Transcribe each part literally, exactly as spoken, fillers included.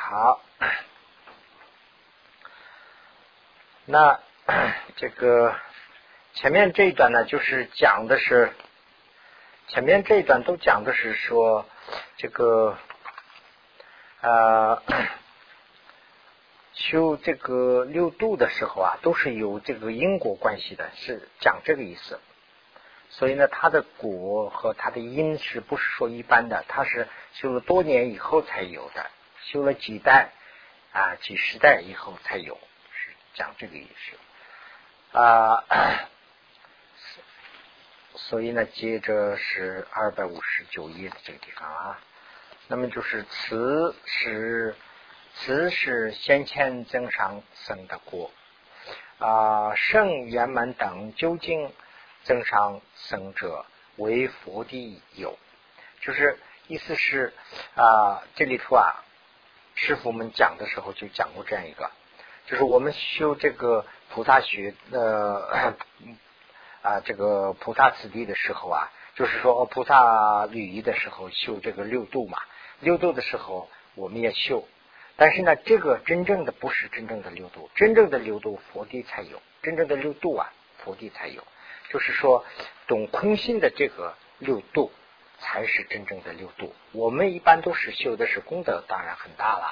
好，那这个前面这一段呢，就是讲的是前面这一段都讲的是说这个呃修这个六度的时候啊，都是有这个因果关系的，是讲这个意思。所以呢，它的果和它的因是不是说一般的？它是修了多年以后才有的，修了几代啊、几十代以后才有，是讲这个意思啊。所以呢，接着是二百五十九页的这个地方啊。那么就是此是此是先前增上生的果啊，圣圆满等究竟增上生者为佛地有，就是意思是啊，这里头啊，师父们讲的时候就讲过这样一个，就是我们修这个菩萨学呃啊这个菩萨次第的时候啊，就是说菩萨履仪的时候修这个六度嘛，六度的时候我们也修，但是呢，这个真正的不是真正的六度，真正的六度佛地才有，真正的六度啊佛地才有，就是说懂空性的这个六度才是真正的六度。我们一般都是修的是功德，当然很大了。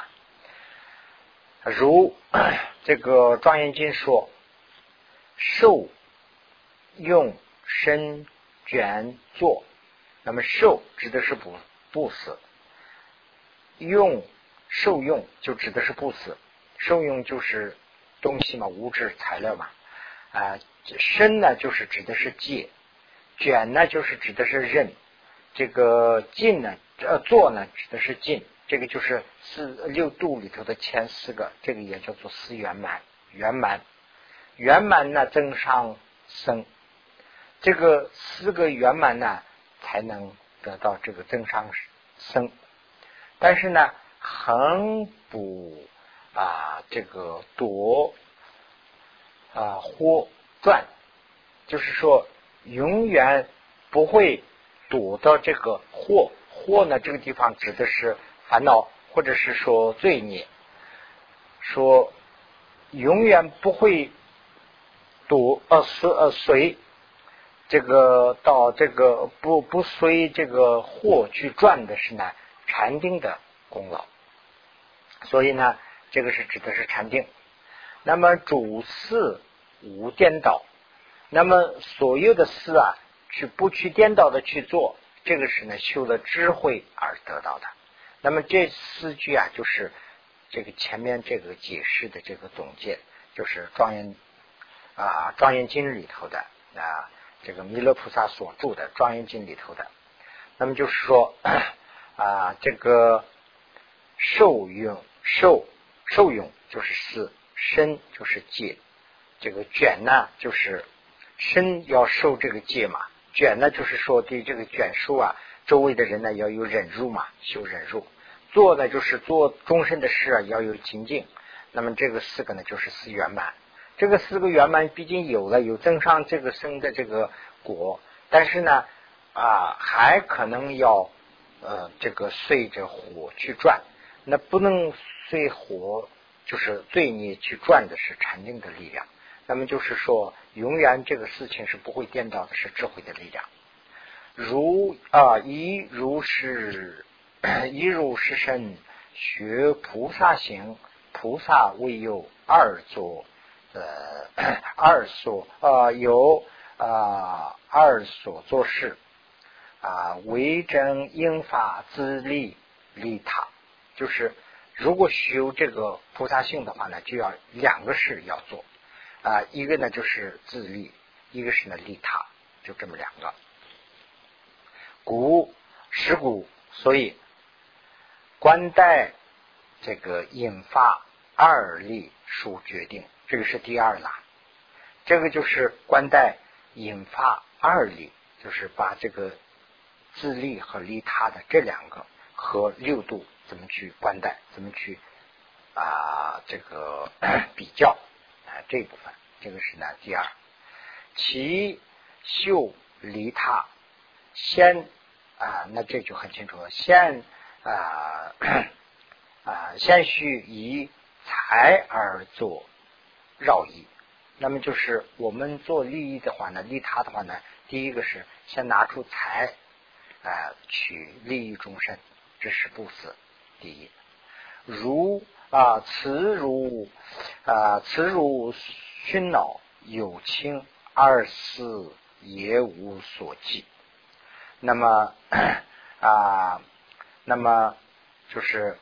如这个庄严经说，受用身卷作，那么受指的是不不死，用受用就指的是不死，受用就是东西嘛，物质材料嘛啊、呃，身呢就是指的是戒，卷呢就是指的是刃，这个尽呢呃做呢指的是尽，这个就是四六度里头的前四个，这个也叫做四圆满，圆满圆满呢增上生，这个四个圆满呢才能得到这个增上生。但是呢恒不啊这个夺啊或转，就是说永远不会躲到这个祸，祸呢这个地方指的是烦恼或者是说罪孽，说永远不会躲呃随呃随这个到这个不不随这个祸去转的是呢禅定的功劳，所以呢这个是指的是禅定。那么主事无颠倒，那么所有的事啊去不去颠倒的去做，这个是呢修了智慧而得到的。那么这四句啊就是这个前面这个解释的这个总结，就是庄严啊庄严经里头的啊这个弥勒菩萨所著的庄严经里头的。那么就是说啊这个受用受受用就是四，身就是戒，这个卷呢就是身要受这个戒嘛，卷呢就是说对这个卷数啊周围的人呢要有忍辱嘛，修忍辱，做呢就是做终身的事啊要有精进。那么这个四个呢就是四圆满，这个四个圆满毕竟有了有增上这个生的这个果，但是呢啊还可能要呃这个随着火去转，那不能随火就是罪孽去转的是禅定的力量，那么就是说永远这个事情是不会颠倒的，是智慧的力量。如啊一如是一如是身学菩萨行，菩萨为有二作呃二所呃有啊、呃、二所做事啊、呃、为真应法自利利他，就是如果修这个菩萨性的话呢，就要两个事要做啊、呃，一个呢就是自利，一个是呢利他，就这么两个。故实故，所以观待这个引发二利属决定，这个是第二啦。这个就是观待引发二利，就是把这个自利和利他的这两个和六度怎么去观待，怎么去啊这个比较啊这一部分，这个是呢第二。其修利他先啊，那这就很清楚了。先啊啊，先须以财而做绕益。那么就是我们做利益的话呢，利他的话呢，第一个是先拿出财啊去利益众生，这是布施第一。如啊，慈如啊，慈如熏脑有情，二思也无所忌。那么啊，那么就是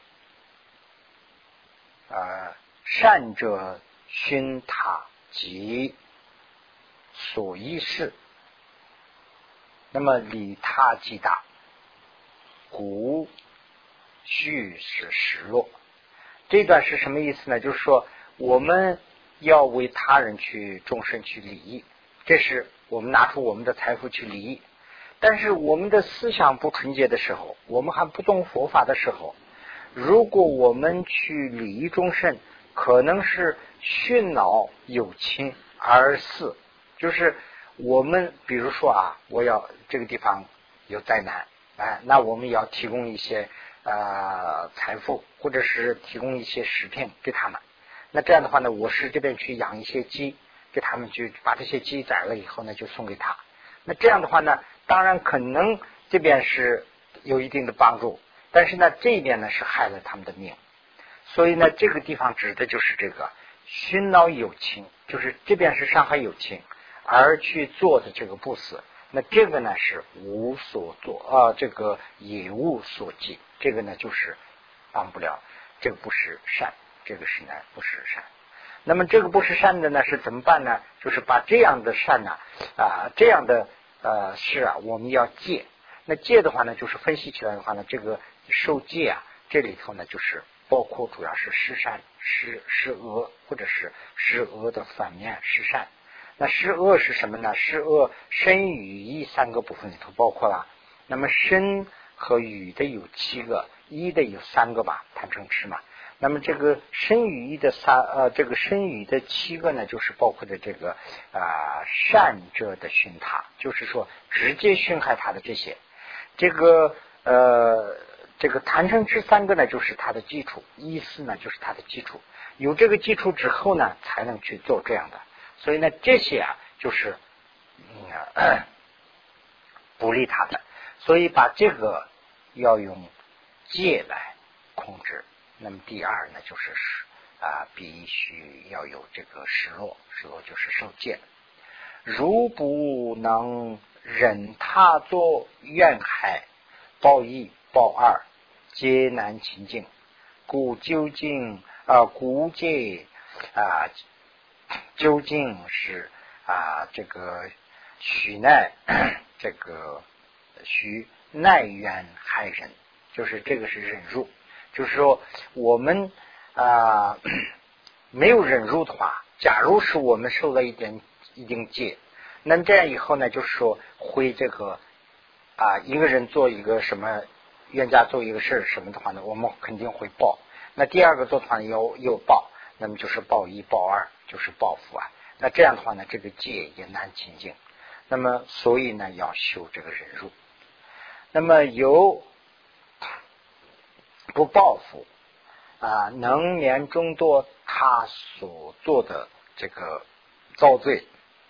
呃，善者熏他及所依事，那么理他极大，故须是实落。这段是什么意思呢？就是说我们要为他人去众生去利益，这是我们拿出我们的财富去利益。但是我们的思想不纯洁的时候，我们还不懂佛法的时候，如果我们去利益众生，可能是训脑有情而思，就是我们比如说啊，我要这个地方有灾难，哎，那我们要提供一些呃财富，或者是提供一些食品给他们。那这样的话呢，我是这边去养一些鸡，给他们去把这些鸡宰了以后呢，就送给他。那这样的话呢，当然可能这边是有一定的帮助，但是呢，这一边呢是害了他们的命。所以呢，这个地方指的就是这个熏脑有情，就是这边是伤害有情而去做的这个不死。那这个呢是无所作啊，这个也无所忌，这个呢就是帮不了，这个不是善，这个是呢不是善。那么这个不是善的呢是怎么办呢？就是把这样的善呢啊这样的呃事啊我们要戒。那戒的话呢，就是分析起来的话呢，这个受戒啊，这里头呢就是包括主要是施善、施施恶，或者是施恶的反面施善。那施恶是什么呢？施恶身语意三个部分里头包括了。那么身和语的有七个，意的有三个吧，贪嗔痴嘛。那么这个身语意的三呃，这个身语的七个呢，就是包括的这个啊、呃、善者的熏他，就是说直接熏害他的这些。这个呃，这个贪嗔痴三个呢，就是它的基础，意思呢就是它的基础。有这个基础之后呢，才能去做这样的。所以呢，这些啊，就是嗯不利他的。所以把这个要用戒来控制。那么第二呢，就是啊，必须要有这个失落，失落就是受戒。如不能忍他作怨害，报一报二，皆难清净。故究竟啊，故戒啊，究竟是啊，这个许耐，这个许耐怨害人，就是这个是忍辱。就是说我们啊没有忍辱的话，假如是我们受了一点一定戒，那这样以后呢，就是说会这个啊一个人做一个什么冤家做一个事什么的话呢，我们肯定会报。那第二个做的话呢，又又报，那么就是报一报二，就是报复啊。那这样的话呢，这个戒也难清净。那么所以呢，要修这个忍辱。那么有不报复啊，能免众多他所做的这个遭罪。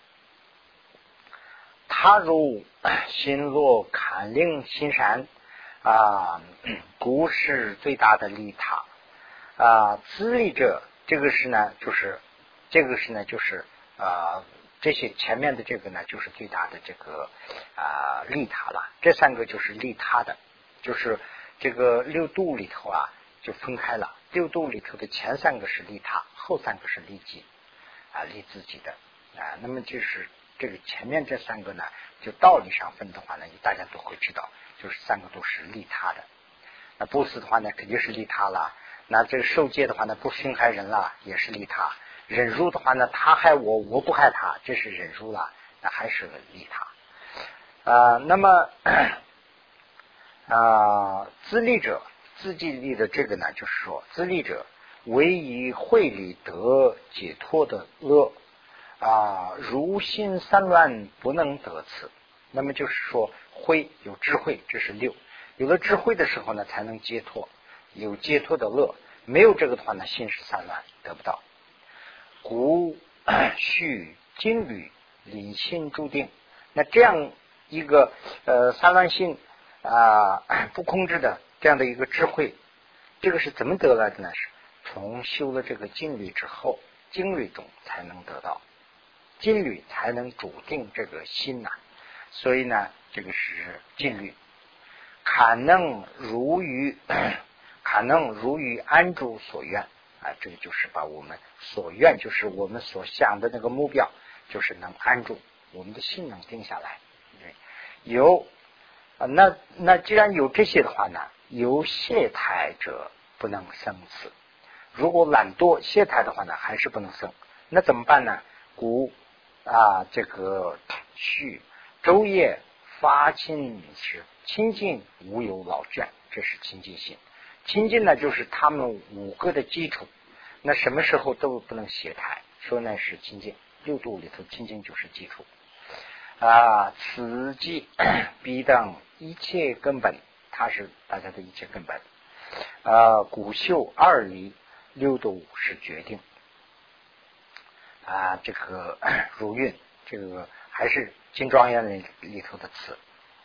他如心若坎令心山啊，故是最大的利他啊。自利者，这个是呢，就是这个是呢，就是啊，这些前面的这个呢，就是最大的这个啊利他了。这三个就是利他的，就是这个六度里头啊，就分开了。六度里头的前三个是利他，后三个是利己啊，利自己的啊。那么就是这个前面这三个呢，就道理上分的话呢，大家都会知道，就是三个都是利他的。那布施的话呢，肯定是利他了。那这个受戒的话呢，不侵害人了，也是利他。忍辱的话呢，他害我，我不害他，这是忍辱了，那还是利他。啊，那么啊，自利者，自己利的这个呢，就是说，自利者唯以慧理得解脱的恶啊，如心散乱不能得此。那么就是说，慧有智慧，这是六。有了智慧的时候呢，才能解脱。 有解脱的乐。没有这个的话呢，心是散乱，得不到。故须金缕理心注定。那这样一个呃散乱心啊、呃、不控制的这样的一个智慧，这个是怎么得来的呢？是从修了这个金缕之后，金缕中才能得到，金缕才能主定这个心呐、啊。所以呢，这个是金缕，堪能如于堪能如于安住所愿啊，这个就是把我们所愿，就是我们所想的那个目标，就是能安住我们的心，能定下来。有啊，那那既然有这些的话呢，有懈怠者不能生此。如果懒惰懈怠的话呢，还是不能生。那怎么办呢？故啊，这个须昼夜发亲时清净无有老倦，这是清净心。清净呢，就是他们五个的基础。那什么时候都不能懈怠，说那是清净。六度里头清净就是基础啊。此即彼等一切根本，它是大家的一切根本啊。古秀二离六度是决定啊。这个如韵，这个还是金庄严里里头的词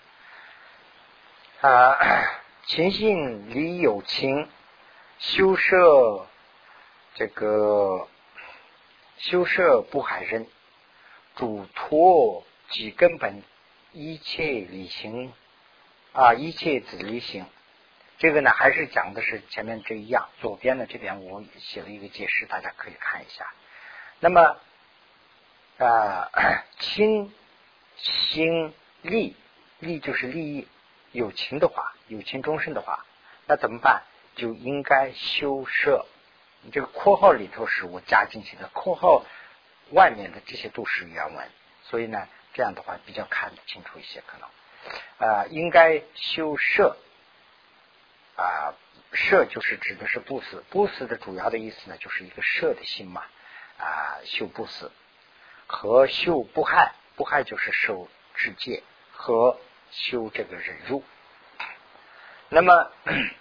啊。勤信理有情，修摄这个修摄不害人，主托即根本一切理行啊，一切子理行。这个呢，还是讲的是前面这一样。左边的这边我写了一个解释，大家可以看一下。那么啊，亲心利，利就是利益。有情的话，有情终身的话，那怎么办？就应该修摄。这个括号里头是我加进去的，括号外面的这些都是原文，所以呢，这样的话比较看得清楚一些，可能啊、呃，应该修摄啊，摄就是指的是不死，不死的主要的意思呢，就是一个摄的心嘛啊，修不死和修不害，不害就是受持戒和修这个忍辱。那么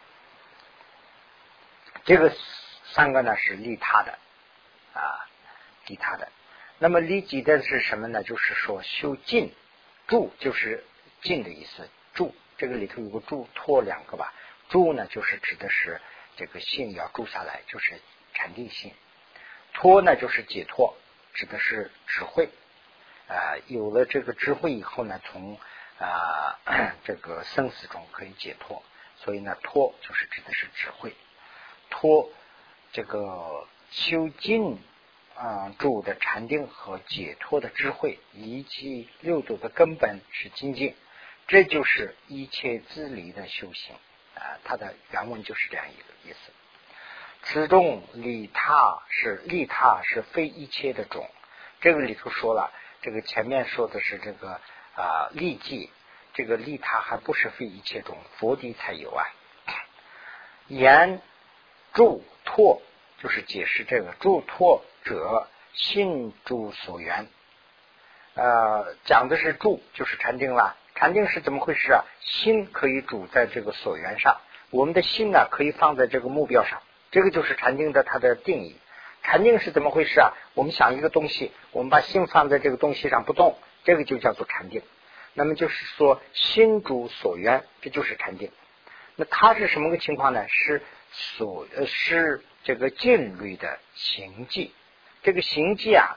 这个三个呢是利他的啊，利他的。那么利己的是什么呢？就是说修静住，就是静的意思。住这个里头有个住托两个吧。住呢就是指的是这个心要住下来，就是禅定心。托呢就是解脱，指的是智慧啊。有了这个智慧以后呢，从啊这个生死中可以解脱，所以呢托就是指的是智慧。托这个修静啊住的禅定和解脱的智慧，以及六度的根本是精进，这就是一切自理的修行啊。它的原文就是这样一个意思。此中利他是利他是非一切的种，这个里头说了，这个前面说的是这个啊利己，这个利他还不是非一切种，佛地才有啊。言助托就是解释这个助托者信助所缘，呃，讲的是助就是禅定了。禅定是怎么回事啊？心可以主在这个所缘上，我们的心呢可以放在这个目标上，这个就是禅定的它的定义。禅定是怎么回事啊？我们想一个东西，我们把心放在这个东西上不动，这个就叫做禅定。那么就是说心主所缘，这就是禅定。那它是什么个情况呢？是所呃是这个禁律的行迹。这个行迹啊，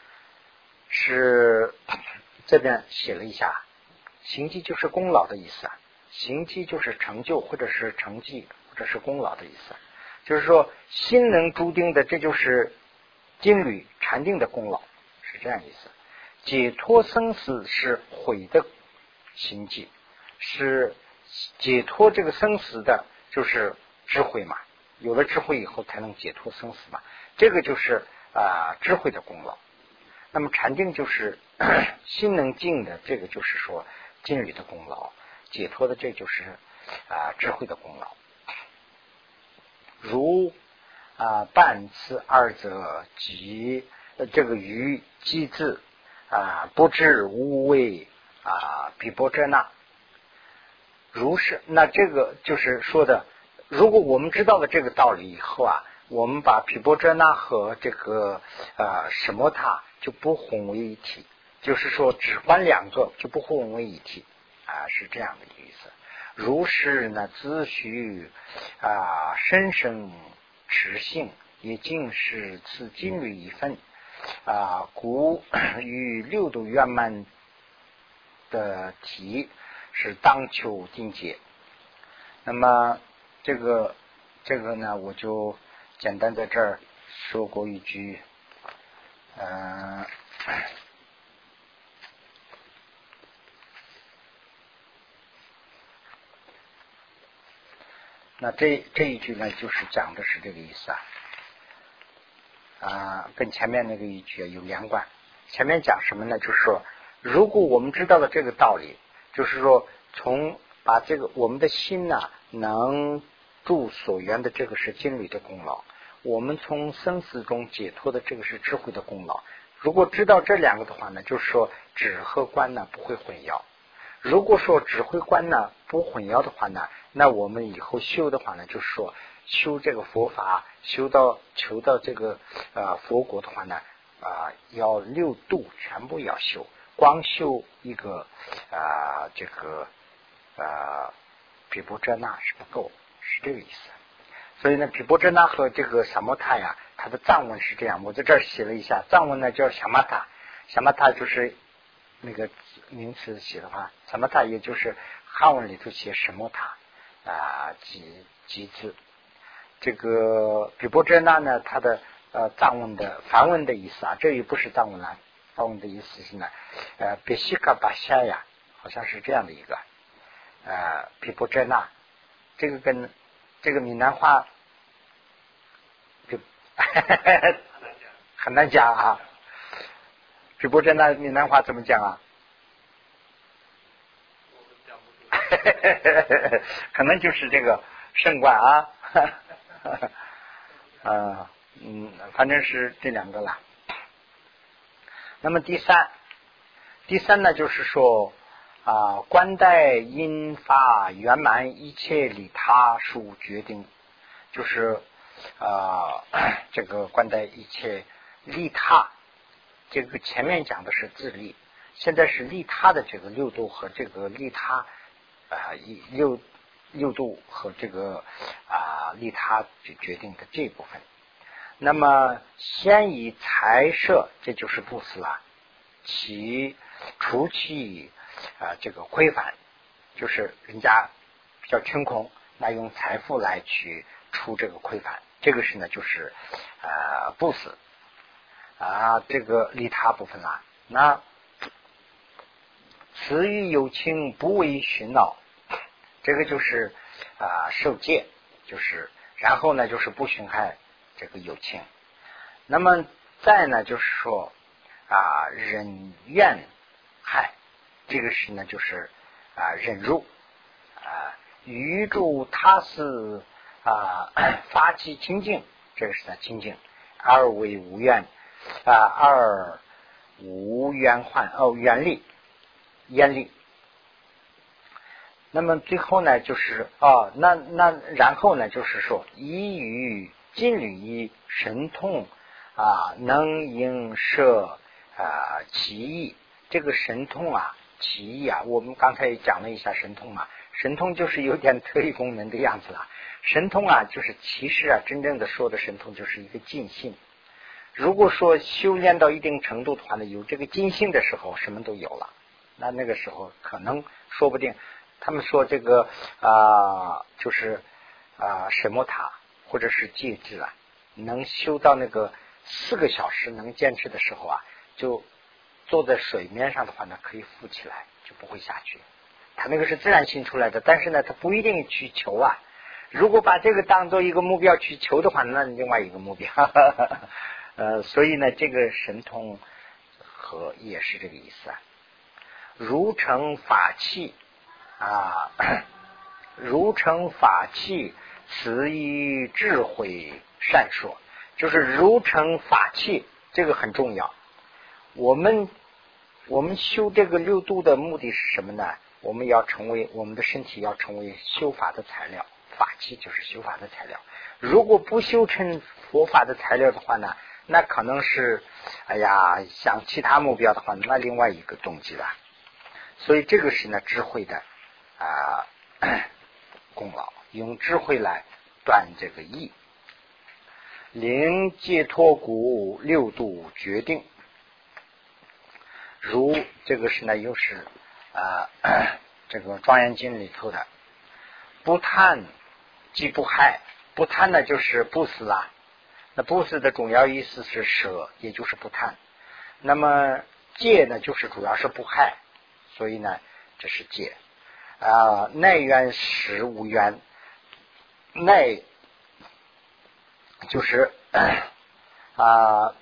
是这边写了一下，行迹就是功劳的意思啊。行迹就是成就或者是成绩或者是功劳的意思，就是说心能注定的，这就是禁律禅定的功劳，是这样意思。解脱生死是悔的行迹，是解脱这个生死的，就是智慧嘛。有了智慧以后才能解脱生死嘛，这个就是啊、呃、智慧的功劳。那么禅定就是心能静的，这个就是说禁律的功劳。解脱的这就是啊、呃、智慧的功劳。如啊、呃、半次二则即呃这个于机字啊、呃、不知无畏啊比波遮那。如是，那这个就是说的如果我们知道了这个道理以后啊，我们把毗婆遮那和这个呃什么塔就不混为一体，就是说只观两个就不混为一体啊，是这样的意思。如是呢，自须啊深深持性，也尽是此经律一分啊，故与六度圆满的题是当求境界。那么这个这个呢，我就简单在这儿说过一句，嗯、呃。那这这一句呢，就是讲的是这个意思啊，啊，跟前面那个一句有连贯。前面讲什么呢？就是说，如果我们知道了这个道理，就是说，从把这个我们的心呢、啊，能助所缘的这个是经理的功劳，我们从生死中解脱的这个是智慧的功劳。如果知道这两个的话呢，就是说止和观呢不会混淆。如果说指挥观呢不混淆的话呢，那我们以后修的话呢，就是说修这个佛法，修到求到这个呃佛国的话呢，啊、呃、要六度全部要修，光修一个啊、呃、这个啊毗婆遮那是不够，是这个意思。所以呢，毗婆遮那和这个萨摩他呀，它的藏文是这样，我在这儿写了一下，藏文呢叫萨摩他，萨摩他就是那个名词写的话，萨摩他也就是汉文里头写什么他啊几几字。这个毗婆遮那呢，它的呃藏文的梵文的意思啊，这也不是藏文啊，梵文的意思是呢，呃别西卡巴夏呀，好像是这样的一个呃毗婆遮那，这个跟这个闽南话就很难讲啊。毗婆遮那闽南话怎么讲啊？可能就是这个圣观啊，啊，嗯，反正是这两个了。那么第三，第三呢，就是说啊，观待因法圆满，一切利他属决定，就是啊，这个观待一切利他，这个前面讲的是自利，现在是利他的这个六度和这个利他啊六六度和这个啊利他决定的这部分。那么先以财舍，这就是布施了，其除其啊这个亏烦，就是人家比较穷穷，那用财富来去除这个亏烦，这个是呢就是呃布施啊这个利他部分啦。那慈欲有情，不为寻恼，这个就是啊受戒，就是然后呢就是不寻害这个有情。那么再呢就是说啊忍怨害，这个是呢就是啊忍辱啊于助他事啊发起清净，这个是呢清净。二为无怨啊二无怨患哦愿力愿力。那么最后呢就是哦那那然后呢就是说依于禁律一神通啊能应摄啊其意，这个神通啊其意啊，我们刚才也讲了一下神通嘛，神通就是有点特异功能的样子了。神通啊就是其实啊真正的说的神通就是一个尽性。如果说修炼到一定程度的话呢，有这个尽性的时候什么都有了，那那个时候可能说不定他们说这个啊、呃、就是啊什么塔或者是戒指啊，能修到那个四个小时能坚持的时候啊，就坐在水面上的话呢可以浮起来，就不会下去。他那个是自然性出来的，但是呢他不一定去求啊，如果把这个当做一个目标去求的话，那另外一个目标呃，所以呢这个神通和也是这个意思啊。如成法器啊，如成法器，此以智慧善说，就是如成法器，这个很重要。我们我们修这个六度的目的是什么呢？我们要成为我们的身体要成为修法的材料， 法器，就是修法的材料。如果不修成佛法的材料的话呢，那可能是哎呀想其他目标的话，那另外一个动机了。所以这个是呢智慧的啊、呃、功劳，用智慧来断这个意。灵解脱故，六度决定。如这个是呢又是啊、呃、这个庄严经里头的，不贪即不害。不贪呢就是不死啦，那不死的主要意思是舍，也就是不贪。那么戒呢就是主要是不害，所以呢这是戒啊。耐缘实无缘，耐就是啊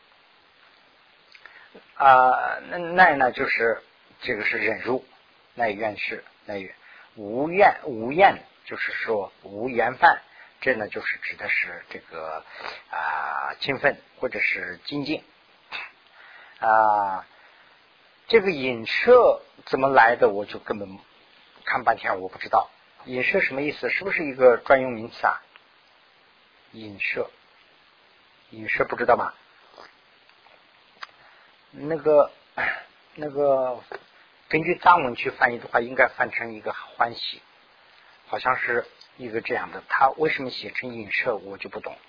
啊耐呢就是这个是忍辱，耐缘是耐缘，无怨无厌就是说无缘犯。这呢就是指的是这个啊勤奋或者是精进啊。这个隐舍怎么来的，我就根本看半天我不知道。隐舍什么意思？是不是一个专用名词啊？隐舍，隐舍不知道吗？那个那个根据藏文去翻译的话，应该翻成一个欢喜，好像是一个这样的。他为什么写成隐舍我就不懂。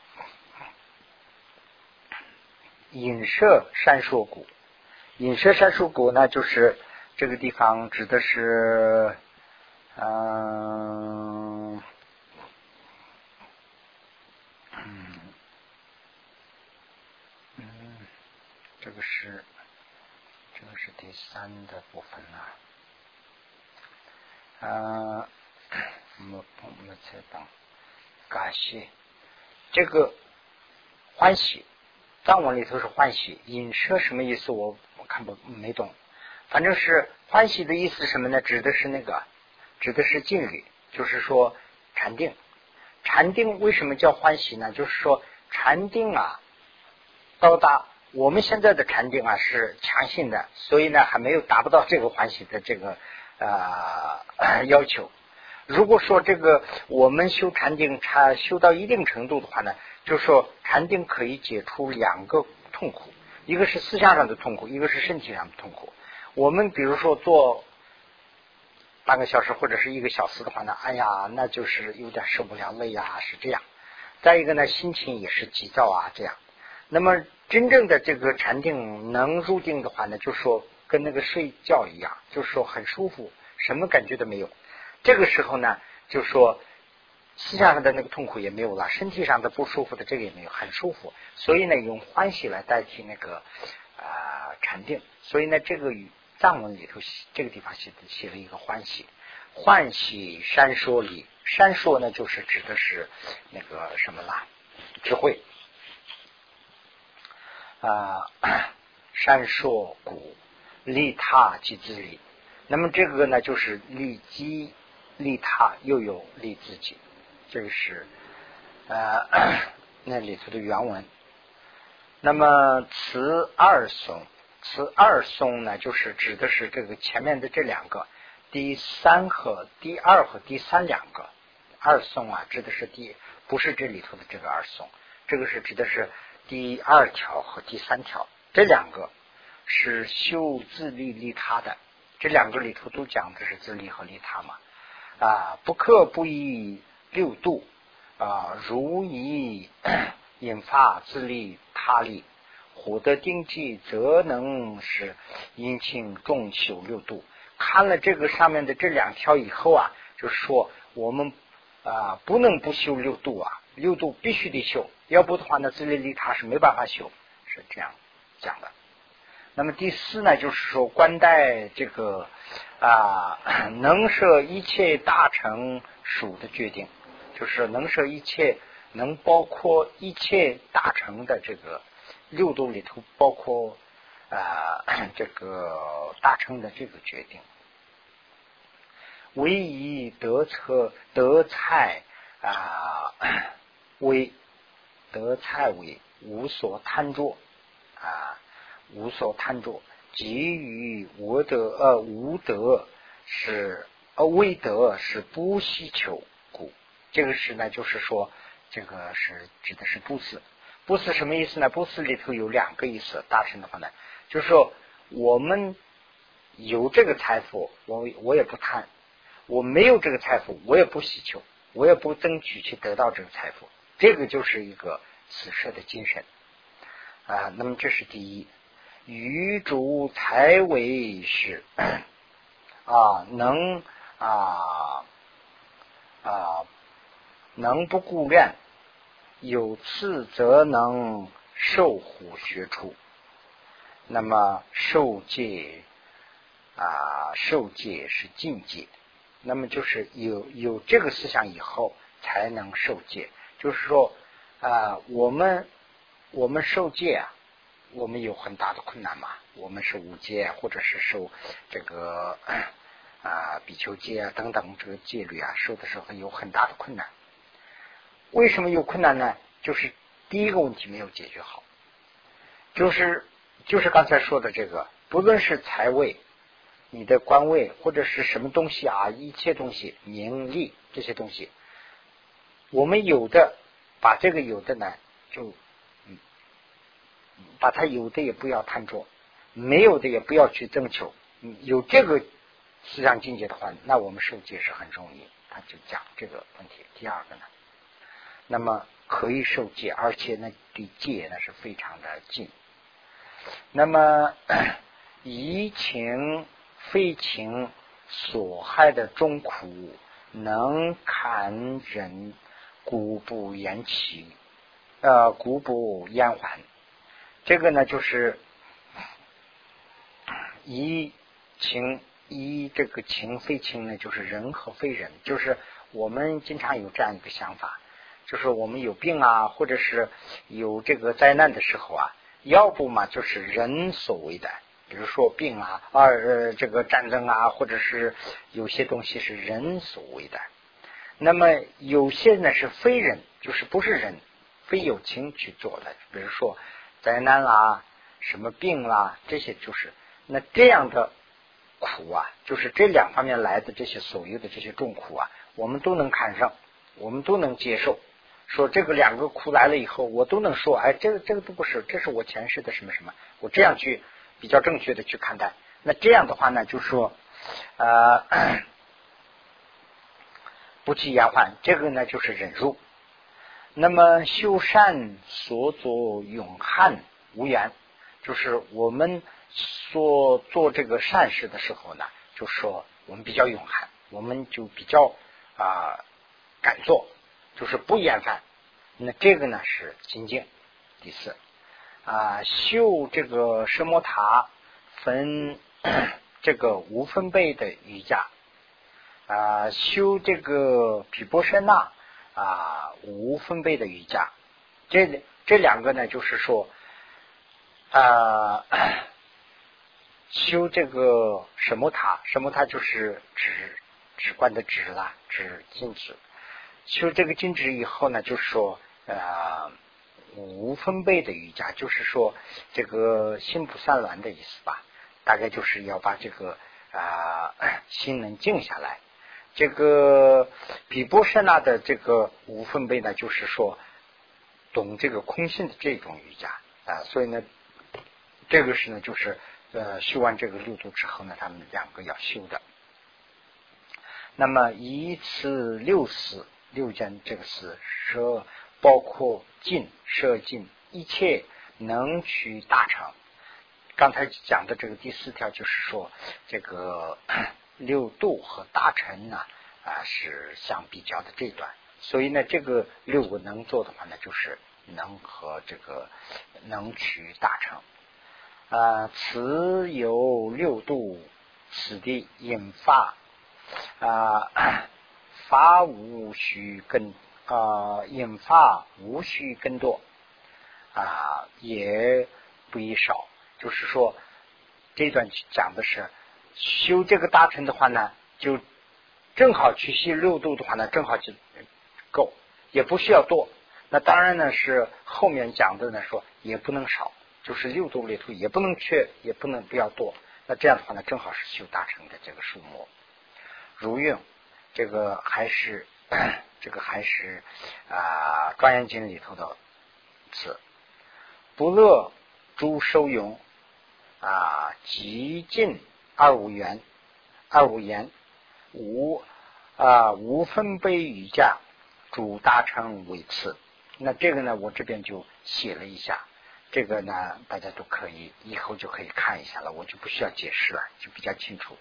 隐舍山硕谷，隐舍山硕谷呢就是这个地方指的是嗯嗯嗯这个是这个是第三的部分了啊。我们我们再等感谢这个欢喜，藏文里头是欢喜，隐舍什么意思我我看不没懂，反正是欢喜的意思什么呢？指的是那个指的是静虑，就是说禅定。禅定为什么叫欢喜呢？就是说禅定啊到达我们现在的禅定啊是强行的，所以呢还没有达不到这个欢喜的这个呃要求。如果说这个我们修禅定它修到一定程度的话呢，就是说禅定可以解除两个痛苦，一个是思想上的痛苦，一个是身体上的痛苦。我们比如说做半个小时或者是一个小时的话呢，哎呀那就是有点受不了累啊，是这样。再一个呢心情也是急躁啊这样。那么真正的这个禅定能入定的话呢，就说跟那个睡觉一样，就是说很舒服，什么感觉都没有。这个时候呢就说思想上的那个痛苦也没有了，身体上的不舒服的这个也没有，很舒服。所以呢用欢喜来代替那个啊、呃、禅定。所以呢这个与藏文里头这个地方写写了一个欢喜，欢喜山说里，山说呢就是指的是那个什么啦，智慧啊、呃、山说古利他即自利。那么这个呢就是利己利他又有利自己，这个是呃那里头的原文。那么此二颂，此二颂呢就是指的是这个前面的这两个，第三和第二和第三两个二颂啊，指的是第不是这里头的这个二颂，这个是指的是第二条和第三条，这两个是修自利利他的，这两个里头都讲的是自利和利他嘛啊，不可不以六度啊，如以引发自利他利，获得定计，则能使殷勤众修六度。看了这个上面的这两条以后啊，就说我们啊不能不修六度啊，六度必须得修，要不的话呢自利利他是没办法修，是这样讲的。那么第四呢就是说观待这个啊能摄一切大乘属的决定，就是能摄一切能包括一切大乘的这个六度里头包括啊这个大乘的这个决定。唯以德策德菜啊为德菜为无所贪着啊无所贪着，给予无德呃无德是呃为德是不希求故， 这个是呢，就是说这个是指的是布施。布施什么意思呢？布施里头有两个意思，大乘的话呢，就是说我们有这个财富，我我也不贪，我没有这个财富，我也不希求，我也不争取去得到这个财富，这个就是一个施舍的精神啊。那么这是第一，余主财为是啊，能啊啊能不顾怨，有次则能受虎学出。那么受戒啊，受戒是境界，那么就是有有这个思想以后才能受戒。就是说啊，我们我们受戒啊，我们有很大的困难嘛，我们是五戒或者是受这个啊比丘戒啊等等这个戒律啊，受的时候有很大的困难。为什么有困难呢？就是第一个问题没有解决好，就是就是刚才说的这个，不论是财位、你的官位或者是什么东西啊，一切东西、名利这些东西，我们有的把这个有的呢，就嗯，把它有的也不要贪着，没有的也不要去征求。有这个思想境界的话，那我们受戒是很容易。他就讲这个问题。第二个呢，那么可以受戒，而且呢离戒呢是非常的近。那么以情非情所害的众苦，能堪忍，故不言其呃故不言还。这个呢就是以情以这个情非情呢，就是人和非人，就是我们经常有这样一个想法，就是我们有病啊，或者是有这个灾难的时候啊，要不嘛就是人所为的，比如说病啊，呃这个战争啊，或者是有些东西是人所为的。那么有些呢是非人，就是不是人，非有情去做的，比如说灾难啦、什么病啦，这些就是那这样的苦啊，就是这两方面来的这些所有的这些重苦啊，我们都能看上，我们都能接受。说这个两个苦来了以后，我都能说，哎，这个这个都不是，这是我前世的什么什么，我这样去比较正确的去看待。那这样的话呢，就是说，呃，不去言还，这个呢就是忍辱。那么修善所作永汉无缘，就是我们所做这个善事的时候呢，就说我们比较勇悍，我们就比较啊、呃、敢做，就是不厌烦。那这个呢是精进。第四啊、呃，修这个奢摩他分这个无分贝的瑜伽啊、呃，修这个毗波舍那啊无分贝的瑜伽。这这两个呢，就是说啊、呃，修这个奢摩他，奢摩他就是指指观的指啦，指禁止。修这个禁止以后呢，就是说呃无分贝的瑜伽，就是说这个心不散乱的意思吧，大概就是要把这个啊、呃、心能静下来。这个毗波舍那的这个无分贝呢，就是说懂这个空性的这种瑜伽啊，所以呢，这个是呢，就是呃修完这个六度之后呢，他们两个要修的。那么以此六识六见这个识舍，包括尽舍尽一切能取大成。刚才讲的这个第四条就是说，这个六度和大乘呢啊是相比较的这一段，所以呢，这个六个能做的话呢，就是能和这个能取大成。啊，此有六度，此地引发啊，发无需根啊，引发无需根多啊，也不宜少。就是说，这段讲的是修这个大乘的话呢，就正好去修六度的话呢，正好就够，也不需要多。那当然呢，是后面讲的呢，说也不能少，就是六度里头也不能缺，也不能不要多。那这样的话呢，正好是修大乘的这个数目。如用这个还是这个还是啊《庄严经》里头的词。不乐诸受用啊，极尽二无缘，二无言，无啊无分贝语价，主大乘为次。那这个呢，我这边就写了一下，这个呢大家都可以以后就可以看一下了，我就不需要解释了，就比较清楚。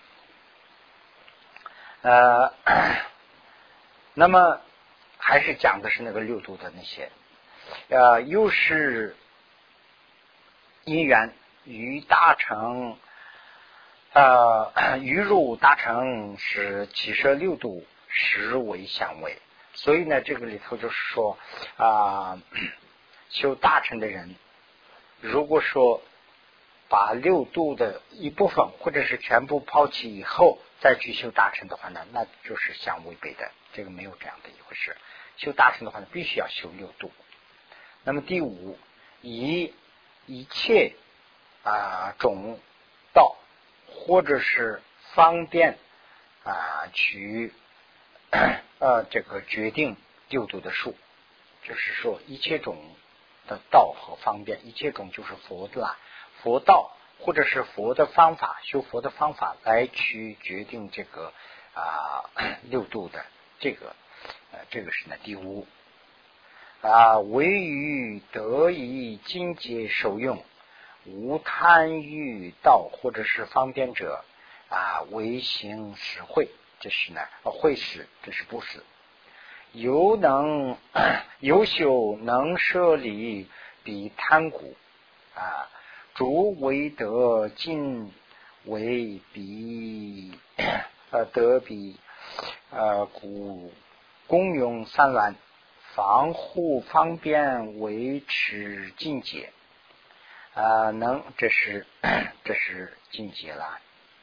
呃，那么还是讲的是那个六度的那些，呃，又是因缘于大乘，呃，于入大乘是起摄六度，实为相位。所以呢，这个里头就是说啊、呃，修大乘的人，如果说把六度的一部分或者是全部抛弃以后再去修大乘的话呢，那就是相违背的，这个没有这样的一回事。修大乘的话呢，必须要修六度。那么第五，以一切啊、呃、种道或者是方便啊、呃、去呃这个决定六度的数，就是说一切种的道和方便，一切种就是佛的啦，佛道或者是佛的方法，修佛的方法来去决定这个啊、呃、六度的这个呃这个是呢第五啊，唯于得以境界受用，无贪欲道或者是方便者啊，唯行实会，这是呢会使，这是不是犹能优秀能舍离比贪谷啊，主为得尽为比呃得比呃故功用三乱，防护方便维持境界啊、呃，能这是这是境界了。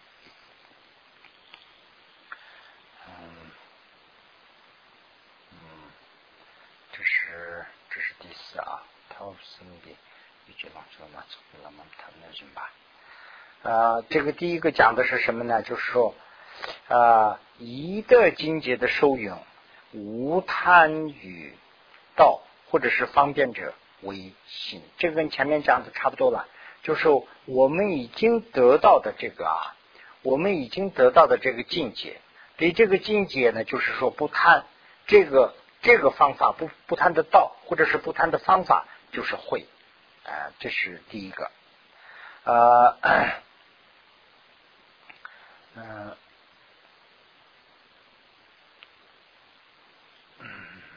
嗯嗯，这是这是第四啊，他身边一句老说嘛，走了嘛，他们那什么吧。呃，这个第一个讲的是什么呢？就是说，啊，一的境界的受用，无贪与道或者是方便者为心，这个跟前面讲的差不多了。就是我们已经得到的这个啊，我们已经得到的这个境界，对这个境界呢，就是说不贪这个这个方法，不不贪的道或者是不贪的方法，就是慧，啊、呃，这是第一个，呃。嗯，嗯，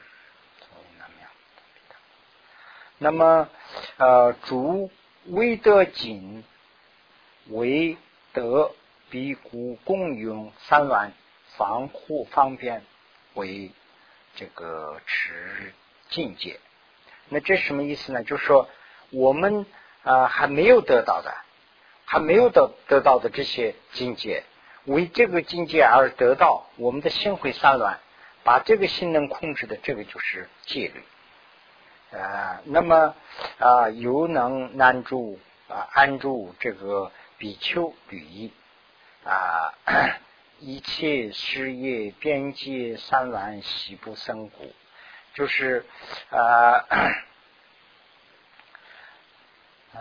那么呃，主为得紧，为得比故共用三乱，防护方便为这个持境界。那这什么意思呢？就是说我们呃还没有得到的，还没有得得到的这些境界。为这个境界而得到，我们的心会散乱，把这个心能控制的，这个就是戒律。呃，那么啊，犹、呃、能难住啊、呃，安住这个比丘履衣啊，一切事业边界散乱悉不生故，就是啊，嗯。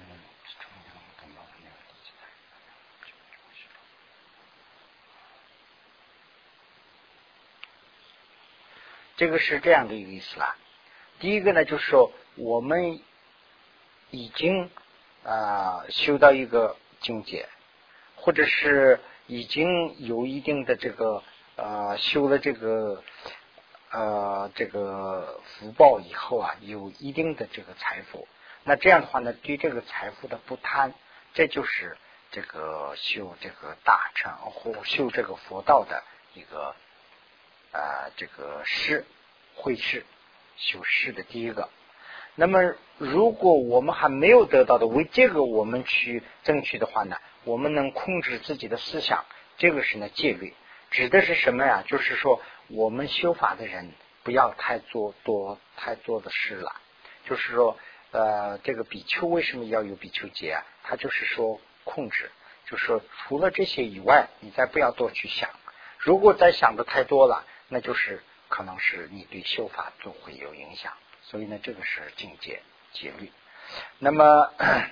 这个是这样的一个意思啦。第一个呢，就是说我们已经啊、呃、修到一个境界，或者是已经有一定的这个呃修了这个呃这个福报以后啊，有一定的这个财富。那这样的话呢，对这个财富的不贪，这就是这个修这个大乘或修这个佛道的一个。啊、呃，这个事会事修事的第一个。那么，如果我们还没有得到的，为这个我们去争取的话呢，我们能控制自己的思想，这个是呢戒律，指的是什么呀？就是说，我们修法的人不要太做多太多的事了。就是说，呃，这个比丘为什么要有比丘戒啊？他就是说控制，就是说除了这些以外，你再不要多去想。如果再想的太多了， 那就是可能是你对修法都会有影响。所以呢，这个是境界戒律。那么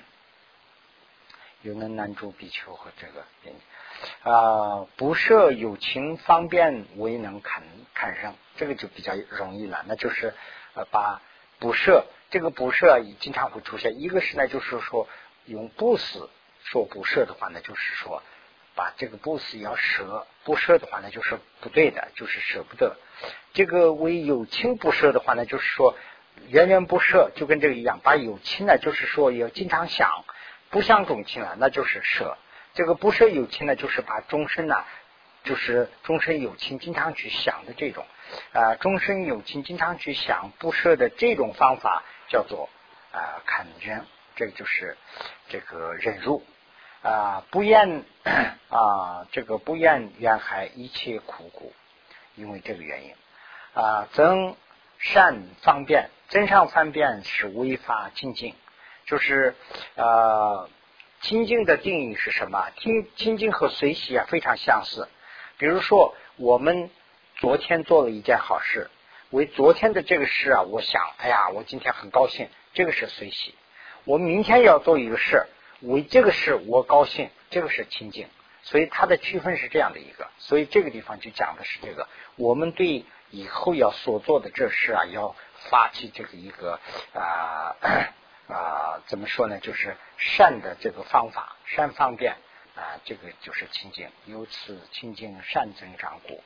有那男主比丘和这个啊、呃，不设有情方便为能看看生，这个就比较容易了。那就是呃把不设，这个不设经常会出现。一个是呢，就是说用不死说不设的话呢，就是说把这个不死要舍，不舍的话呢就是不对的，就是舍不得。这个为有情不舍的话呢，就是说源源不舍，就跟这个一样，把有情呢就是说要经常想，不想种情了，那就是舍。这个不舍有情呢，就是把终身呢，就是终身有情经常去想的这种啊、呃，终身有情经常去想不舍的这种方法叫做啊堪忍，这就是这个忍辱啊、呃，不厌啊、呃、这个不厌怨害一切苦苦，因为这个原因啊、呃，增善方便，增上方便是违法清净，就是呃。清净的定义是什么？清清净和随喜啊非常相似。比如说，我们昨天做了一件好事，为昨天的这个事啊，我想，哎呀，我今天很高兴，这个是随喜。我明天要做一个事，为这个事我高兴，这个是清净。所以它的区分是这样的一个。所以这个地方就讲的是这个，我们对以后要所做的这事啊，要发起这个一个啊。呃啊、呃，怎么说呢？就是善的这个方法，善方便啊、呃，这个就是清净，由此清净善增长果。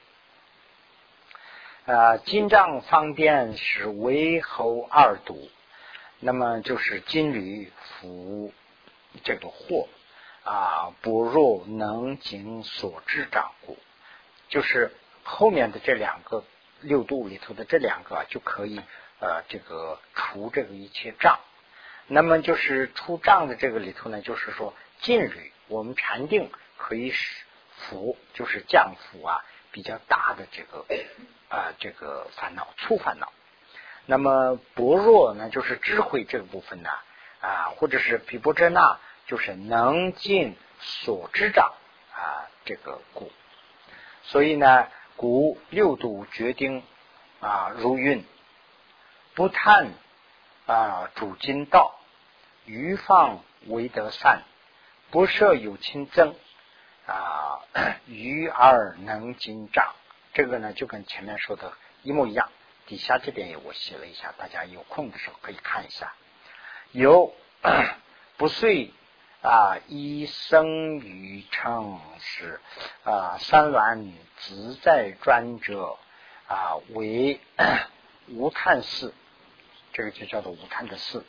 啊、呃，经藏方便是为后二度，那么就是金缕服这个货啊，般若能经所知掌故，就是后面的这两个六度里头的这两个就可以呃这个除这个一切障。那么就是出障的这个里头呢，就是说禁律，我们禅定可以使伏，就是降伏啊比较大的这个啊、呃、这个烦恼粗烦恼。那么般若呢，就是智慧这个部分呢啊，或者是毗婆遮那，就是能尽所知障啊这个故。所以呢，故六度决定啊如运，不贪啊主今道。余放为得善，不设有亲增啊，余而能经障。这个呢，就跟前面说的一模一样。底下这边也我写了一下，大家有空的时候可以看一下。有不遂啊，一生于成是啊，三卵自在专者啊，为无贪事，这个就叫做无贪的事。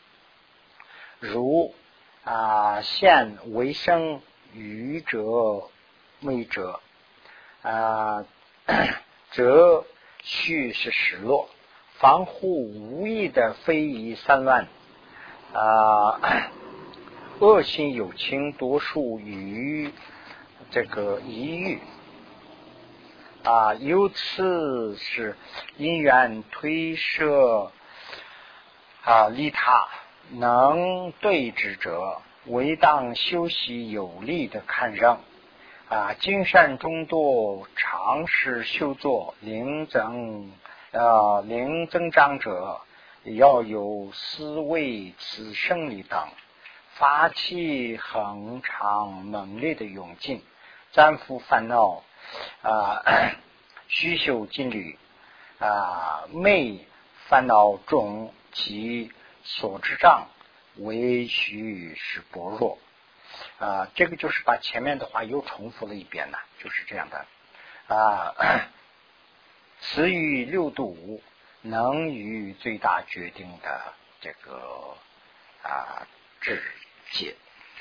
如啊现为生愚者昧者啊，则须是失落，防护无意的非议散乱啊，恶心有情多数于这个一欲啊，由此是因缘推摄啊利他。能对之者，唯当修习有力的看让啊，精善中多，常时修作，灵增啊灵增长者，要有思维此生理等，发起恒长猛烈的勇进，暂伏烦恼啊，虚修禁律啊，昧烦恼重及所知障为虚是薄弱啊，这个就是把前面的话又重复了一遍呢，就是这样的啊。此于六度能与最大决定的这个啊智解。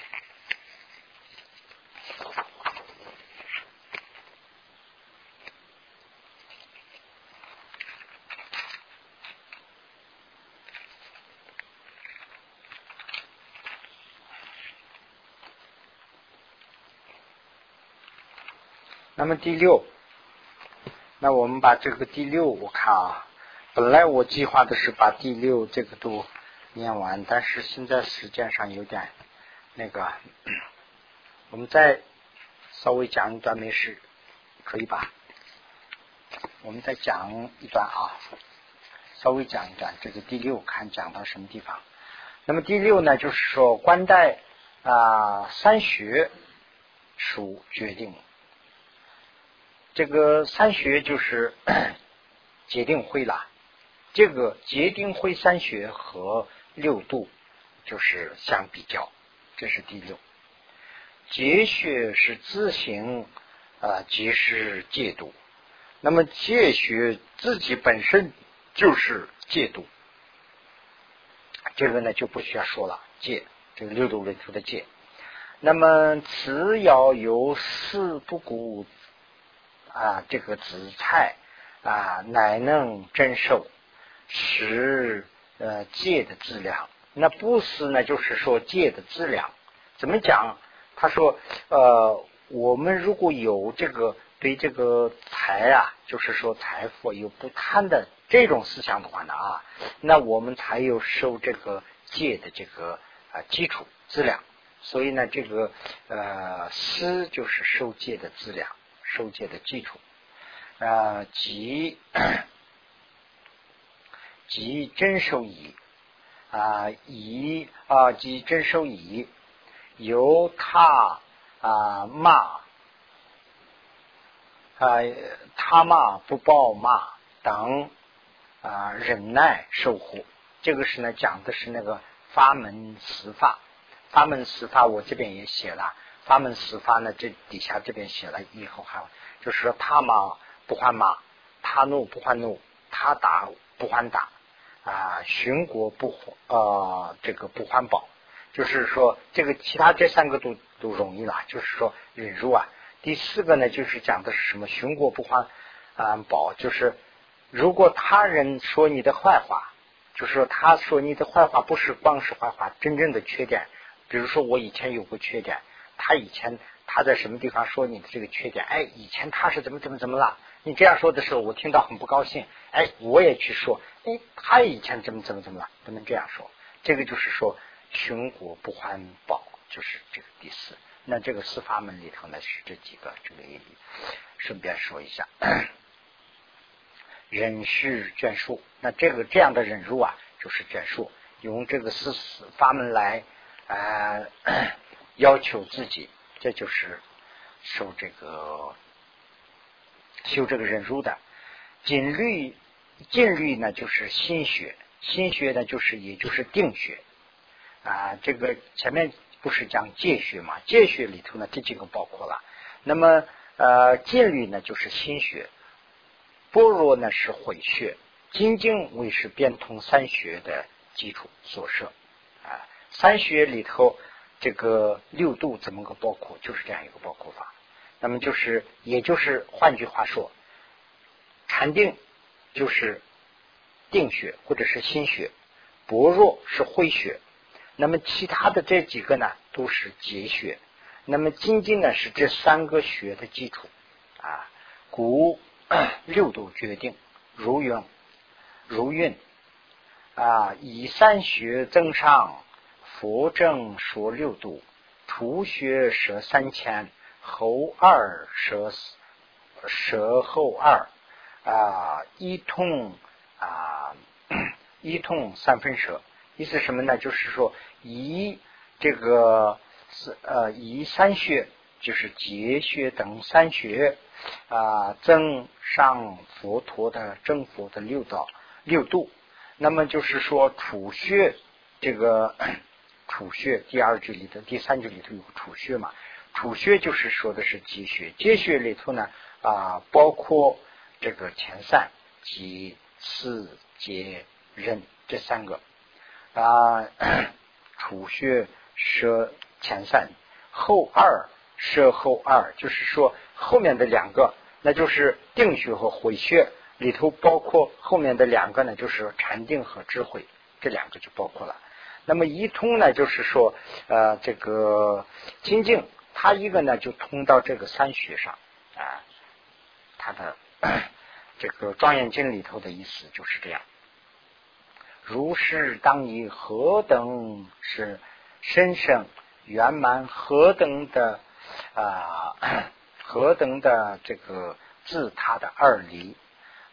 那么第六，那我们把这个第六，我看啊，本来我计划的是把第六这个都念完，但是现在时间上有点那个，我们再稍微讲一段没事，可以吧？我我们再讲一段啊，稍微讲一段。这个第六看讲到什么地方？那么第六呢，就是说关代啊、呃、三学属决定。这个三学就是决定会啦。这个决定会三学和六度就是相比较，这是第六。结学是自行啊，即是戒度。那么戒学自己本身就是戒度，这个呢就不需要说了。戒，这个六度里头的戒。那么此要有四不谷啊，这个紫菜啊，乃能真受使呃戒的质量。那不思呢，就是说戒的质量。怎么讲？他说呃，我们如果有这个对这个财啊，就是说财富有不贪的这种思想的话呢啊，那我们才有受这个戒的这个啊基础质量。所以呢，这个呃思就是受戒的质量，受戒的基础。呃，即即真受矣啊，以啊即真受矣，由他啊骂啊他骂不报骂等啊忍耐受护。这个是呢讲的是那个法门十法。法门十法我这边也写了，法门十法呢这底下这边写了以后还就是说他骂不还骂，他怒不还怒，他打不还打啊，寻国不呃这个不还宝。就是说这个其他这三个都都容易了，就是说忍辱啊。第四个呢就是讲的是什么？寻国不还啊宝，就是如果他人说你的坏话，就是说他说你的坏话不是光是坏话，真正的缺点。比如说我以前有个缺点，他以前他在什么地方说你的这个缺点，哎，以前他是怎么怎么怎么了，你这样说的时候我听到很不高兴，哎，我也去说，哎，他以前怎么怎么怎么了，不能这样说。这个就是说寻国不还宝，就是这个第四。那这个四法门里头呢是这几个，这个也顺便说一下。忍是眷属，那这个这样的忍辱啊就是眷属，用这个四法门来呃要求自己，这就是受这个修这个忍辱的。禁律禁律呢就是心学，心学呢就是也就是定学啊。这个前面不是讲戒学嘛，戒学里头呢这几个包括了。那么呃禁律呢就是心学，般若呢是慧学，精进为是变通三学的基础所设啊。三学里头这个六度怎么个包括，就是这样一个包括法。那么就是也就是换句话说，禅定就是定学或者是心学，般若是慧学，那么其他的这几个呢都是结学。那么精进呢是这三个学的基础啊。故六度决定如云如运啊，以三学增上，佛正说六度，初学舍三千，后二舍舍后二啊，一通啊一通三分舍。意思什么呢？就是说以这个呃以三学就是结学等三学啊，增上佛陀的正佛的六道六度。那么就是说处学这个处学第二句里头第三句里头有个处学嘛，处学就是说的是结学，结学里头呢啊包括这个前三即四结忍这三个啊，处学舍前三，后二舍后二，就是说后面的两个那就是定学和慧学里头包括后面的两个呢，就是禅定和智慧，这两个就包括了。那么一通呢就是说呃这个精进，它一个呢就通到这个三学上啊，它的这个庄严经里头的意思就是这样。如是当以何等是深深圆满，何等的啊、呃、何等的这个自他的二离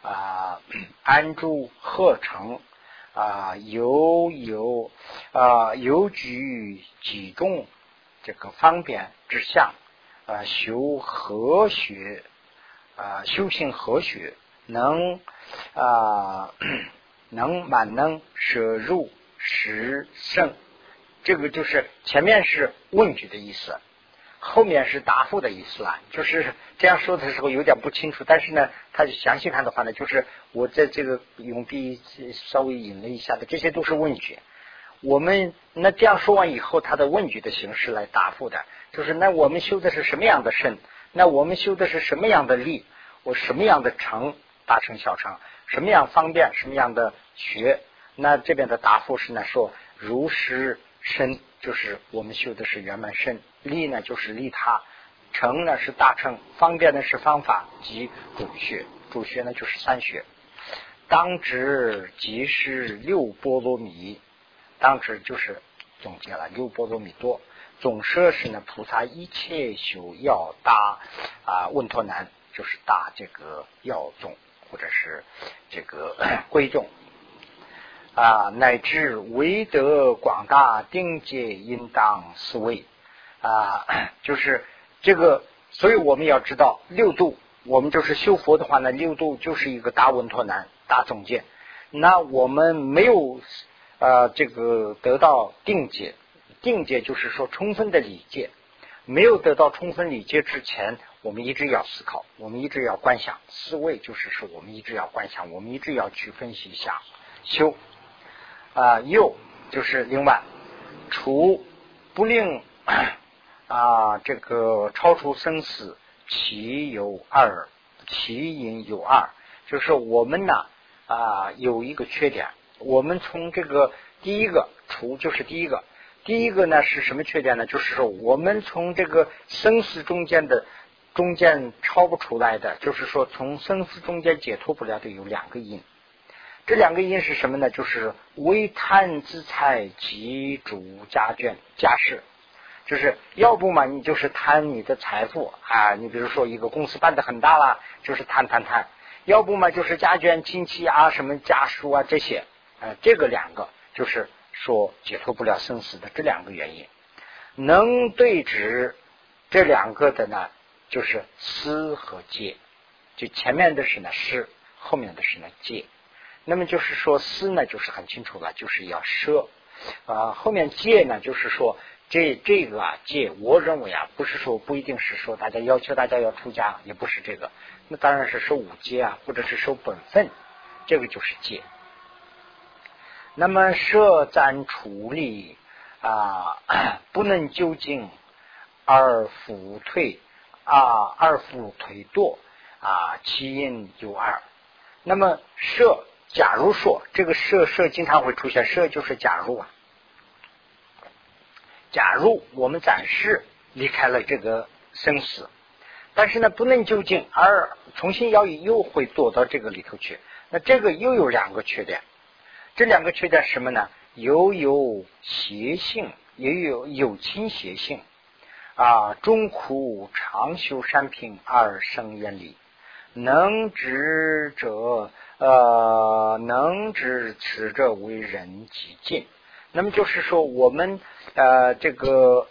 啊、安住合成啊，有有啊有举几种这个方便之相啊，修和学啊，修行和学能啊能满能摄入实胜，这个就是前面是问句的意思，后面是答复的意思啦。就是这样说的时候有点不清楚，但是呢，他详细看的话呢，就是我在这个用笔稍微引了一下的，这些都是问句。我们那这样说完以后，他的问句的形式来答复的，就是那我们修的是什么样的身？那我们修的是什么样的力？我什么样的成？大成小成？什么样方便？什么样的学？那这边的答复是呢，说如实身，就是我们修的是圆满身；力呢，就是利他；成呢是大成；方便呢是方法及主学；主学呢就是三学。当知即是六波罗蜜，当知就是总结了六波罗蜜多。总摄是呢，菩萨一切修要大啊问陀难，就是大这个要宗或者是这个归宗啊，乃至唯德广大定界应当思维啊，就是这个，所以我们要知道六度，我们就是修佛的话呢，六度就是一个大问陀难、大总结。那我们没有呃这个得到定界。定界就是说充分的理解，没有得到充分理解之前，我们一直要思考，我们一直要观想，思维就是说我们一直要观想，我们一直要去分析一下修啊，又就是另外除不令啊这个超出生死，其有二，其因有二，就是我们呢啊有一个缺点，我们从这个第一个除就是第一个。第一个呢是什么缺点呢？就是说我们从这个生死中间的中间超不出来的，就是说从生死中间解脱不了的有两个因。这两个因是什么呢？就是为贪资财及主家眷家事，就是要不嘛你就是贪你的财富啊，你比如说一个公司办得很大了，就是贪贪贪；要不嘛就是家眷亲戚啊什么家属啊这些，呃这个两个就是说解脱不了生死的这两个原因。能对治这两个的呢，就是思和戒，就前面的是呢施，后面的是呢戒。那么就是说思呢就是很清楚了，就是要舍啊、呃，后面戒呢就是说这这个啊戒，我认为啊不是说不一定是说大家要求大家要出家，也不是这个，那当然是守五戒啊，或者是守本分，这个就是戒。那么舍暂处理啊，不能究竟而复退啊，而复退堕啊，其因有二。那么舍，假如说这个舍舍经常会出现，舍就是假如啊，假如我们暂时离开了这个生死，但是呢不能究竟，而重新要又会堕到这个里头去，那这个又有两个缺点。这两个缺点是什么呢？又有邪性，也有有亲邪性啊。众苦常修善品而生远离，能知者呃能知此者为人极尽。那么就是说我们呃这个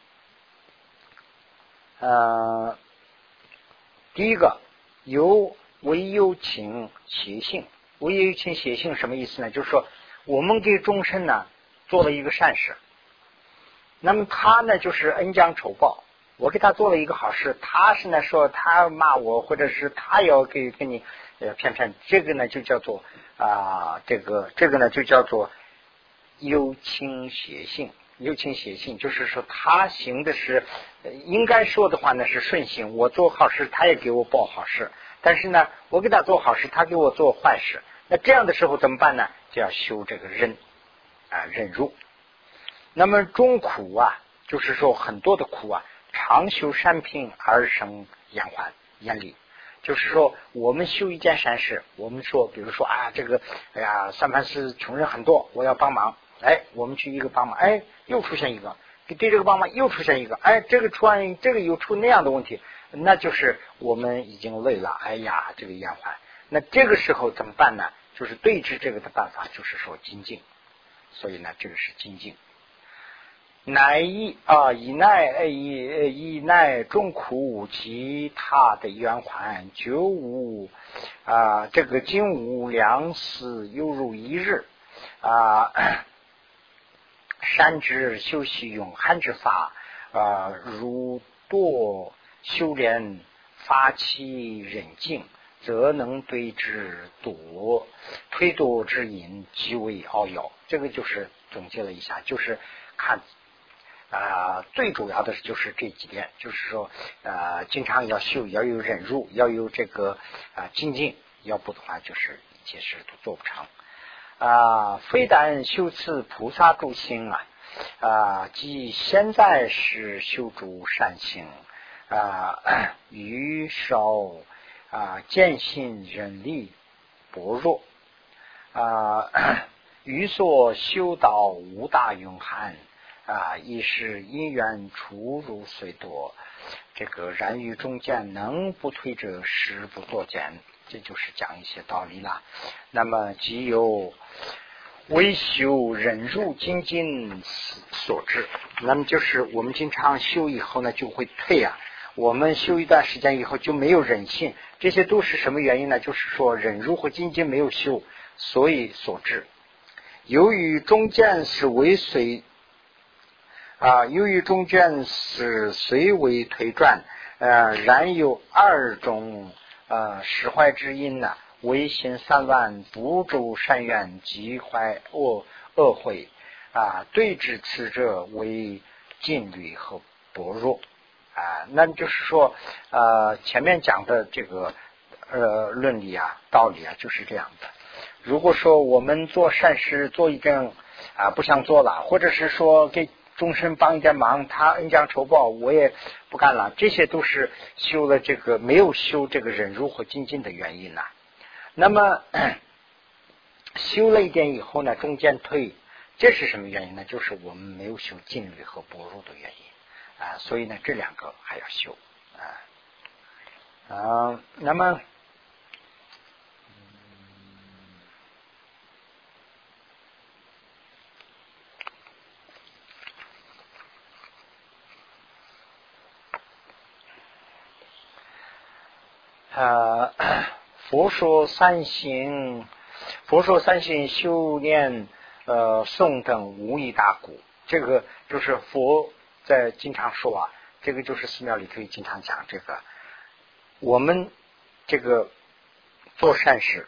呃第一个有唯有情邪性。唯有情邪性什么意思呢？就是说我们给众生呢做了一个善事，那么他呢就是恩将仇报，我给他做了一个好事，他是呢说他骂我，或者是他要给给你呃骗骗，这个呢就叫做啊、呃、这个这个呢就叫做有情邪性。有情邪性就是说他行的是应该说的话呢是顺行，我做好事他也给我报好事，但是呢我给他做好事他给我做坏事，那这样的时候怎么办呢？就要修这个忍啊忍辱。那么众苦啊，就是说很多的苦啊，常修善品而生厌患厌离。就是说我们修一件善事，我们说比如说啊这个哎呀三藩市穷人很多，我要帮忙，哎我们去一个帮忙，哎又出现一个，对这个帮忙又出现一个，哎这个出这个又出那样的问题，那就是我们已经累了，哎呀这个厌患。 那这个时候怎么办呢？就是对治这个的办法，就是说精进。所以呢，这个是精进。乃以啊，以乃以以乃众苦其他的圆环，绝无啊，这个今无两死，犹如一日啊。善之修习永汉之法啊，如堕修炼发起忍静，则能对之夺推夺之因极为奥要。这个就是总结了一下，就是看啊、呃，最主要的就是这几点，就是说呃，经常要修，要有忍辱，要有这个啊、呃、精进，要不的话就是一切事都做不成啊、呃。非但修持菩萨诸行啊啊，即现在是修诸善行啊，余少啊见信人力薄弱啊，余所修道无大永汉。啊，亦是因缘出入虽多，这个然于中间能不退者，实不作减。这就是讲一些道理啦。那么即有为修忍辱精进所致。那么就是我们经常修以后呢，就会退啊。我们修一段时间以后就没有忍性，这些都是什么原因呢？就是说忍辱和精进没有修，所以所致。由于中间是为随。啊，由于中间是虽为推转，呃，然有二种呃使坏之因呢、啊，为心散乱，不住善愿，即坏恶恶慧啊，对治此者为禁律和薄弱啊。那就是说，呃，前面讲的这个呃论理啊、道理啊，就是这样的。如果说我们做善事做一阵啊不想做了，或者是说给众生帮一点忙，他恩将仇报，我也不干了。这些都是修了这个没有修这个忍辱和精进的原因呐、啊。那么修了一点以后呢，中间退，这是什么原因呢？就是我们没有修禁律和薄弱的原因啊。所以呢，这两个还要修啊啊。那么。呃，佛说三行，佛说三行修炼呃诵等无一大故。这个就是佛在经常说啊，这个就是寺庙里头经常讲这个。我们这个做善事，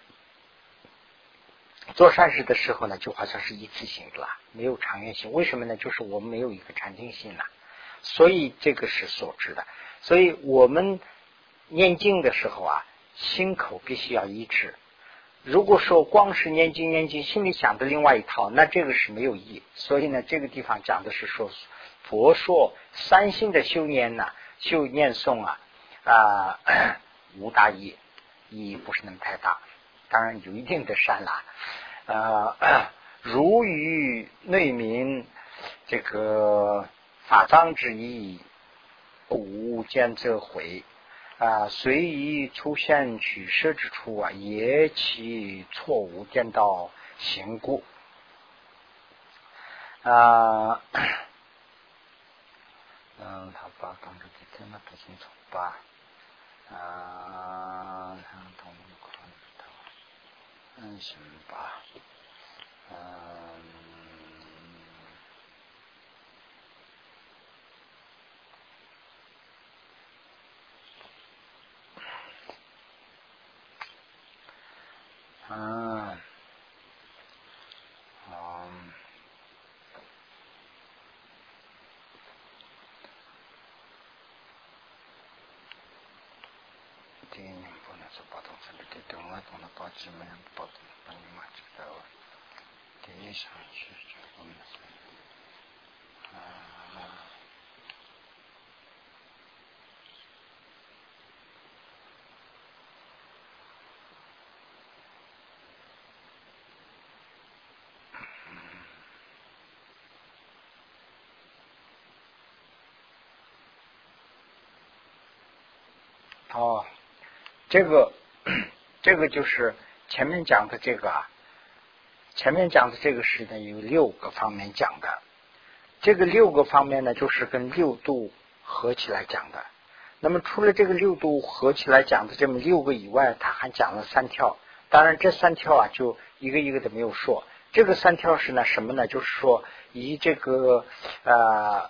做善事的时候呢，就好像是一次性的啦，没有长远性。为什么呢？就是我们没有一个禅定性了，所以这个是所知的。所以我们念经的时候啊，心口必须要一致。如果说光是念经念经，心里想的另外一套，那这个是没有意义。所以呢，这个地方讲的是说，佛说三心的修念呐、啊，修念诵啊啊、呃、无大意，意义不是那么太大。当然有一定的善啦，呃，如于内民这个法藏之意，故见则毁。啊，随意出现取舍之处啊，也其错误颠倒行故啊。嗯，他把当这个怎么不清楚吧？啊，同嗯，行吧，嗯。嗯，嗯，第一年不能说不懂，这里对我懂得到几门不懂，把你妈知道了。第一上去就我们是，啊。哦，这个这个就是前面讲的这个啊，前面讲的这个是呢有六个方面讲的，这个六个方面呢就是跟六度合起来讲的。那么除了这个六度合起来讲的这么六个以外，他还讲了三条。当然这三条啊就一个一个的没有说。这个三条是呢什么呢？就是说以这个呃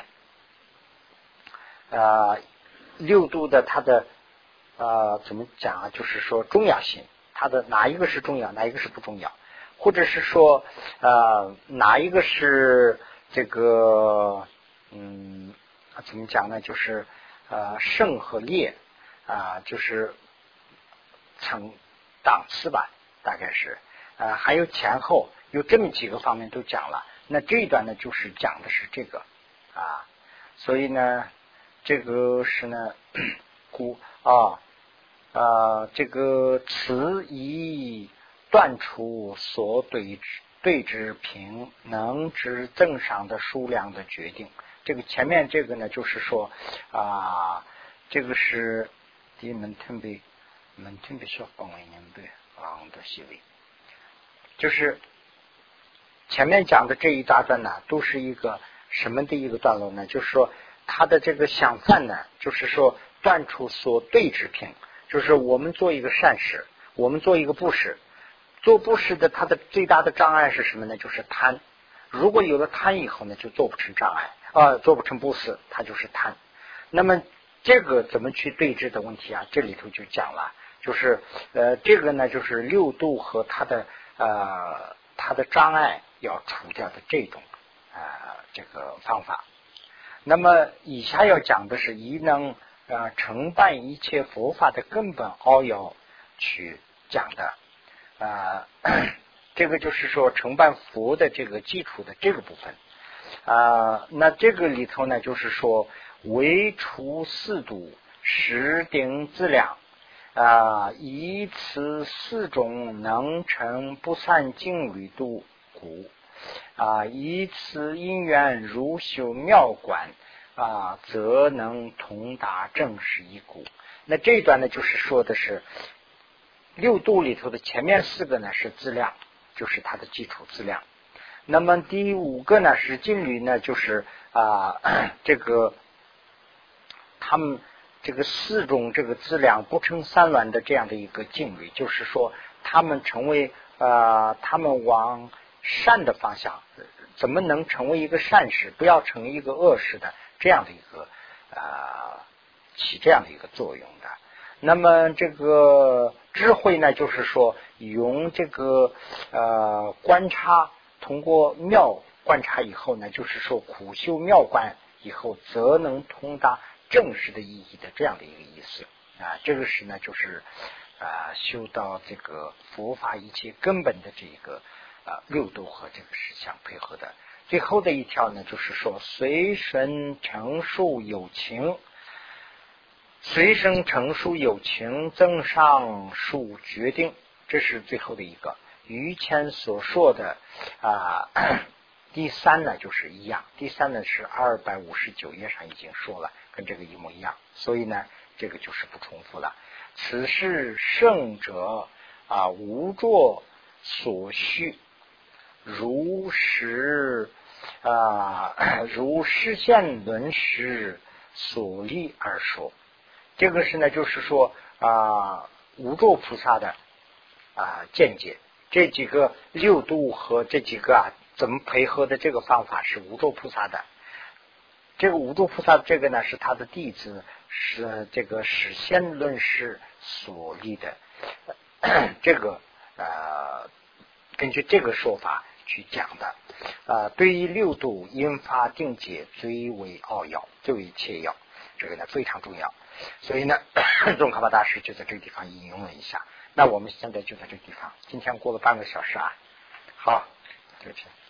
呃六度的它的呃怎么讲啊？就是说重要性，它的哪一个是重要，哪一个是不重要，或者是说呃哪一个是这个嗯怎么讲呢？就是呃胜和劣啊、呃，就是层档次吧，大概是呃还有前后，有这么几个方面都讲了。那这一段呢，就是讲的是这个啊，所以呢，这个是呢，故啊啊这个词以断除所对之对之平，能知增上的数量的决定。这个前面这个呢，就是说啊，这个是第一门特别门特别小方位年对啊的细微，就是前面讲的这一大段呢，都是一个什么的一个段落呢？就是说它的这个想犯呢，就是说断除所对之平，就是我们做一个善事，我们做一个布施，做布施的它的最大的障碍是什么呢？就是贪。如果有了贪以后呢，就做不成障碍啊、呃，做不成布施，它就是贪。那么这个怎么去对治的问题啊？这里头就讲了，就是呃，这个呢，就是六度和它的呃它的障碍要除掉的这种呃这个方法。那么以下要讲的是宜能呃承办一切佛法的根本奥要去讲的啊。呃这个就是说承办佛的这个基础的这个部分啊、呃，那这个里头呢，就是说唯除四度，实定自量啊、呃，以此四种能成不散净律度故啊、呃，以此因缘如修妙观啊、呃，则能通达正实一故。那这一段呢，就是说的是六度里头的前面四个呢是自量。就是它的基础资料。那么第五个呢是净律呢，就是啊、呃、这个他们这个四种这个资粮不成三卵的这样的一个净律，就是说他们成为啊、呃、他们往善的方向，怎么能成为一个善事，不要成为一个恶事的这样的一个啊、呃、起这样的一个作用的。那么这个智慧呢，就是说用这个呃观察，通过妙观察以后呢，就是说苦修妙观以后，则能通达正实的意义的这样的一个意思啊。这个是呢，就是啊修到这个佛法一切根本的这个啊六度和这个实相配合的。最后的一条呢，就是说随顺成数有情。随生成数有情，增上数决定，这是最后的一个。于前所说的啊，第三呢就是一样，第三呢是二百五十九页上已经说了，跟这个一模一样，所以呢这个就是不重复了。此是圣者啊无着所需，如实啊如实现论时所立而说。这个是呢，就是说啊，无著菩萨的啊见解，这几个六度和这几个啊怎么配合的这个方法是无著菩萨的。这个无著菩萨这个呢，是他的弟子是这个始先论师所立的，这个呃根据这个说法去讲的啊、呃，对于六度引发定解最为奥要，最为切要，这个呢非常重要。所以呢，宗喀巴大师就在这个地方引用了一下。那我们现在就在这个地方，今天过了半个小时啊，好，就这样。